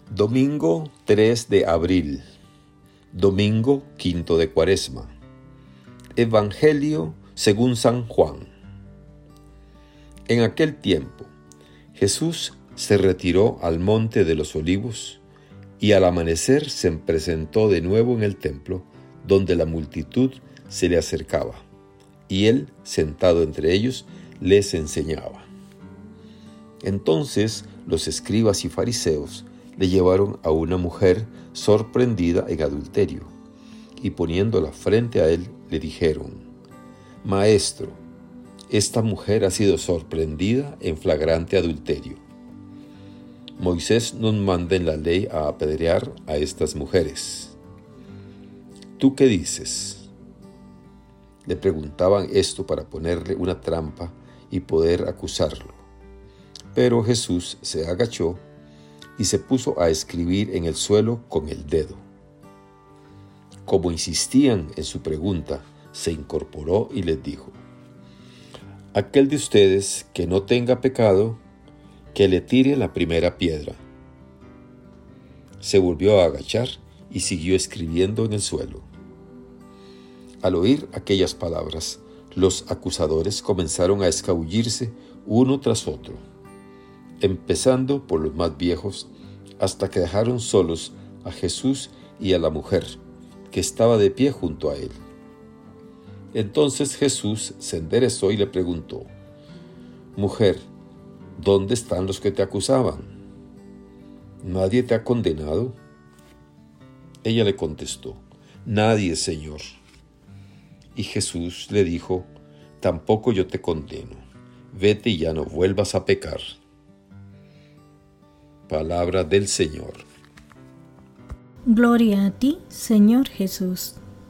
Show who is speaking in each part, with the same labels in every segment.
Speaker 1: Domingo 3 de abril, domingo quinto de Cuaresma. Evangelio según San Juan. En aquel tiempo, Jesús se retiró al monte de los Olivos y al amanecer se presentó de nuevo en el templo, donde la multitud se le acercaba, y él, sentado entre ellos, les enseñaba. Entonces los escribas y fariseos le llevaron a una mujer sorprendida en adulterio, y poniéndola frente a él, le dijeron: Maestro, esta mujer ha sido sorprendida en flagrante adulterio. Moisés nos manda en la ley a apedrear a estas mujeres. ¿Tú qué dices? Le preguntaban esto para ponerle una trampa y poder acusarlo. Pero Jesús se agachó y se puso a escribir en el suelo con el dedo. Como insistían en su pregunta, se incorporó y les dijo: Aquel de ustedes que no tenga pecado, que le tire la primera piedra. Se volvió a agachar y siguió escribiendo en el suelo. Al oír aquellas palabras, los acusadores comenzaron a escabullirse uno tras otro, empezando por los más viejos, hasta que dejaron solos a Jesús y a la mujer, que estaba de pie junto a él. Entonces Jesús se enderezó y le preguntó: Mujer, ¿dónde están los que te acusaban? ¿Nadie te ha condenado? Ella le contestó: Nadie, Señor. Y Jesús le dijo: Tampoco yo te condeno. Vete y ya no vuelvas a pecar. Palabra del Señor.
Speaker 2: Gloria a ti, Señor Jesús.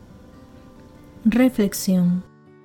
Speaker 2: Reflexión.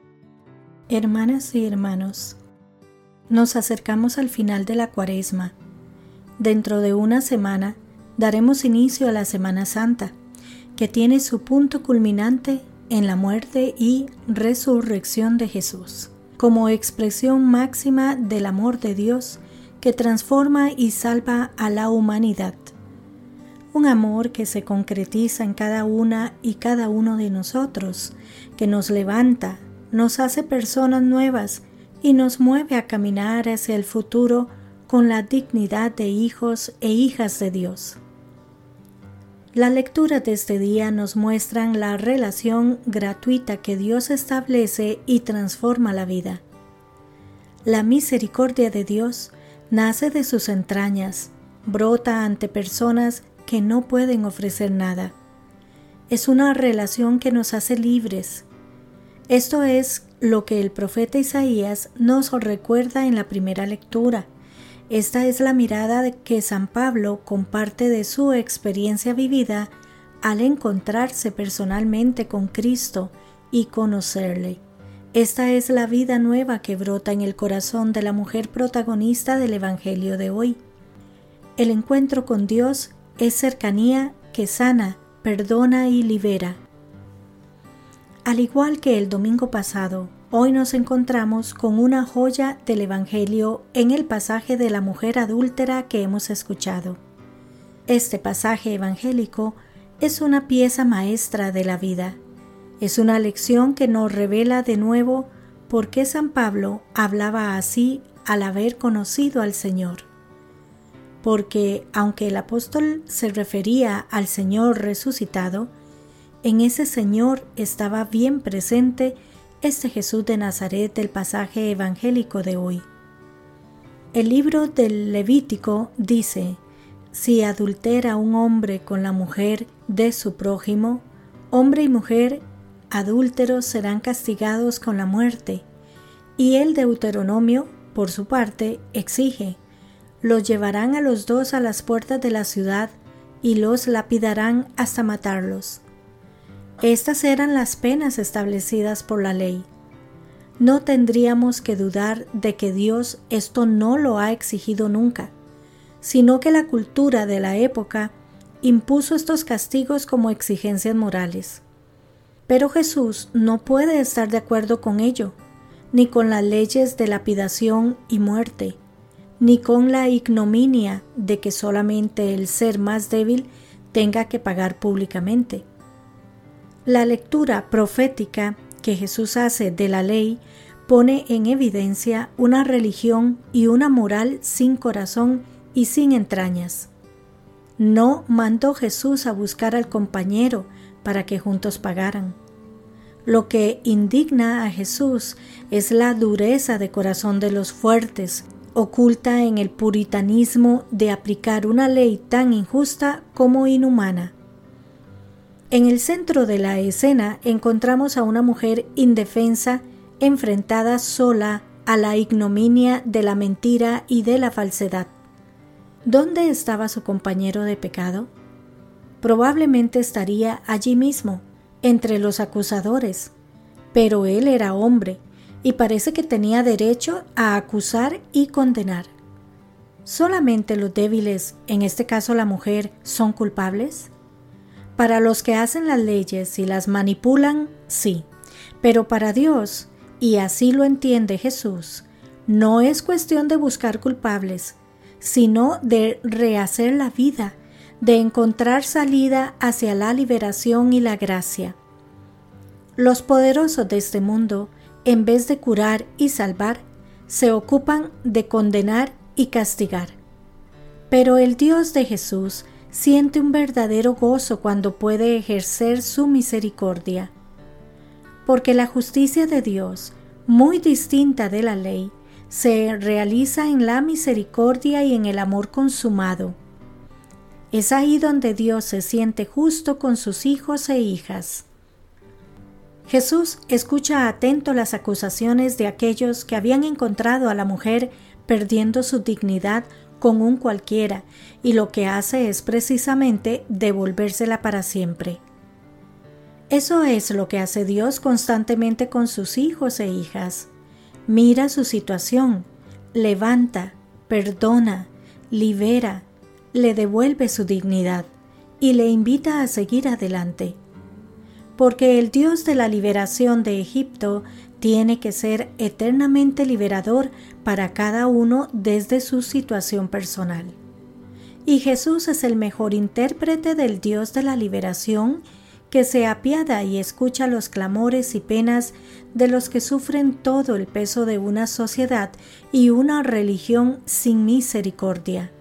Speaker 2: Hermanas y hermanos, nos acercamos al final de la Cuaresma. Dentro de una semana daremos inicio a la Semana Santa, que tiene su punto culminante en la muerte y resurrección de Jesús, como expresión máxima del amor de Dios que transforma y salva a la humanidad. Un amor que se concretiza en cada una y cada uno de nosotros, que nos levanta, nos hace personas nuevas y nos mueve a caminar hacia el futuro con la dignidad de hijos e hijas de Dios. Las lecturas de este día nos muestran la relación gratuita que Dios establece y transforma la vida. La misericordia de Dios nace de sus entrañas, brota ante personas que no pueden ofrecer nada. Es una relación que nos hace libres. Esto es lo que el profeta Isaías nos recuerda en la primera lectura. Esta es la mirada que San Pablo comparte de su experiencia vivida al encontrarse personalmente con Cristo y conocerle. Esta es la vida nueva que brota en el corazón de la mujer protagonista del Evangelio de hoy. El encuentro con Dios es cercanía que sana, perdona y libera. Al igual que el domingo pasado, hoy nos encontramos con una joya del Evangelio en el pasaje de la mujer adúltera que hemos escuchado. Este pasaje evangélico es una pieza maestra de la vida. Es una lección que nos revela de nuevo por qué San Pablo hablaba así al haber conocido al Señor. Porque, aunque el apóstol se refería al Señor resucitado, en ese Señor estaba bien presente este Jesús de Nazaret del pasaje evangélico de hoy. El libro del Levítico dice: si adultera un hombre con la mujer de su prójimo, hombre y mujer adúlteros serán castigados con la muerte. Y el Deuteronomio, por su parte, exige: los llevarán a los dos a las puertas de la ciudad y los lapidarán hasta matarlos. Estas eran las penas establecidas por la ley. No tendríamos que dudar de que Dios esto no lo ha exigido nunca, sino que la cultura de la época impuso estos castigos como exigencias morales. Pero Jesús no puede estar de acuerdo con ello, ni con las leyes de lapidación y muerte, ni con la ignominia de que solamente el ser más débil tenga que pagar públicamente. La lectura profética que Jesús hace de la ley pone en evidencia una religión y una moral sin corazón y sin entrañas. No mandó Jesús a buscar al compañero para que juntos pagaran. Lo que indigna a Jesús es la dureza de corazón de los fuertes, oculta en el puritanismo de aplicar una ley tan injusta como inhumana. En el centro de la escena encontramos a una mujer indefensa enfrentada sola a la ignominia de la mentira y de la falsedad. ¿Dónde estaba su compañero de pecado? Probablemente estaría allí mismo, entre los acusadores, pero él era hombre y parece que tenía derecho a acusar y condenar. ¿Solamente los débiles, en este caso la mujer, son culpables? Para los que hacen las leyes y las manipulan, sí, pero para Dios, y así lo entiende Jesús, no es cuestión de buscar culpables, sino de rehacer la vida, de encontrar salida hacia la liberación y la gracia. Los poderosos de este mundo, en vez de curar y salvar, se ocupan de condenar y castigar. Pero el Dios de Jesús siente un verdadero gozo cuando puede ejercer su misericordia. Porque la justicia de Dios, muy distinta de la ley, se realiza en la misericordia y en el amor consumado. Es ahí donde Dios se siente justo con sus hijos e hijas. Jesús escucha atento las acusaciones de aquellos que habían encontrado a la mujer perdiendo su dignidad con un cualquiera, y lo que hace es precisamente devolvérsela para siempre. Eso es lo que hace Dios constantemente con sus hijos e hijas. Mira su situación, levanta, perdona, libera, le devuelve su dignidad y le invita a seguir adelante. Porque el Dios de la liberación de Egipto tiene que ser eternamente liberador para cada uno desde su situación personal. Y Jesús es el mejor intérprete del Dios de la liberación, que se apiada y escucha los clamores y penas de los que sufren todo el peso de una sociedad y una religión sin misericordia.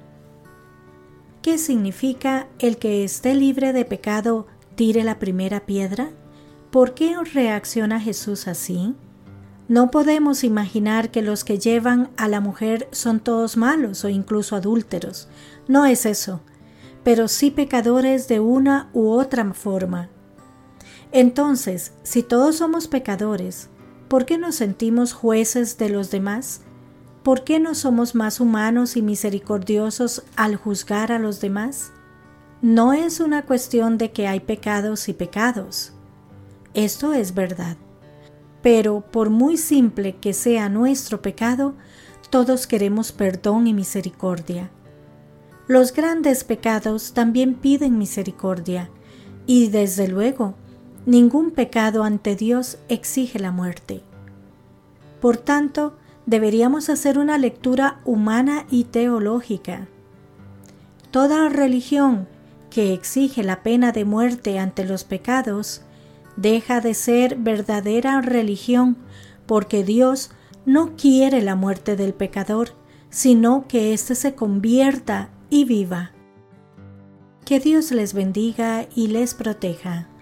Speaker 2: ¿Qué significa el que esté libre de pecado tire la primera piedra? ¿Por qué reacciona Jesús así? No podemos imaginar que los que llevan a la mujer son todos malos o incluso adúlteros. No es eso, pero sí pecadores de una u otra forma. Entonces, si todos somos pecadores, ¿por qué nos sentimos jueces de los demás? ¿Por qué no somos más humanos y misericordiosos al juzgar a los demás? No es una cuestión de que hay pecados y pecados. Esto es verdad. Pero por muy simple que sea nuestro pecado, todos queremos perdón y misericordia. Los grandes pecados también piden misericordia, y desde luego, ningún pecado ante Dios exige la muerte. Por tanto, deberíamos hacer una lectura humana y teológica. Toda religión que exige la pena de muerte ante los pecados deja de ser verdadera religión, porque Dios no quiere la muerte del pecador, sino que éste se convierta y viva. Que Dios les bendiga y les proteja.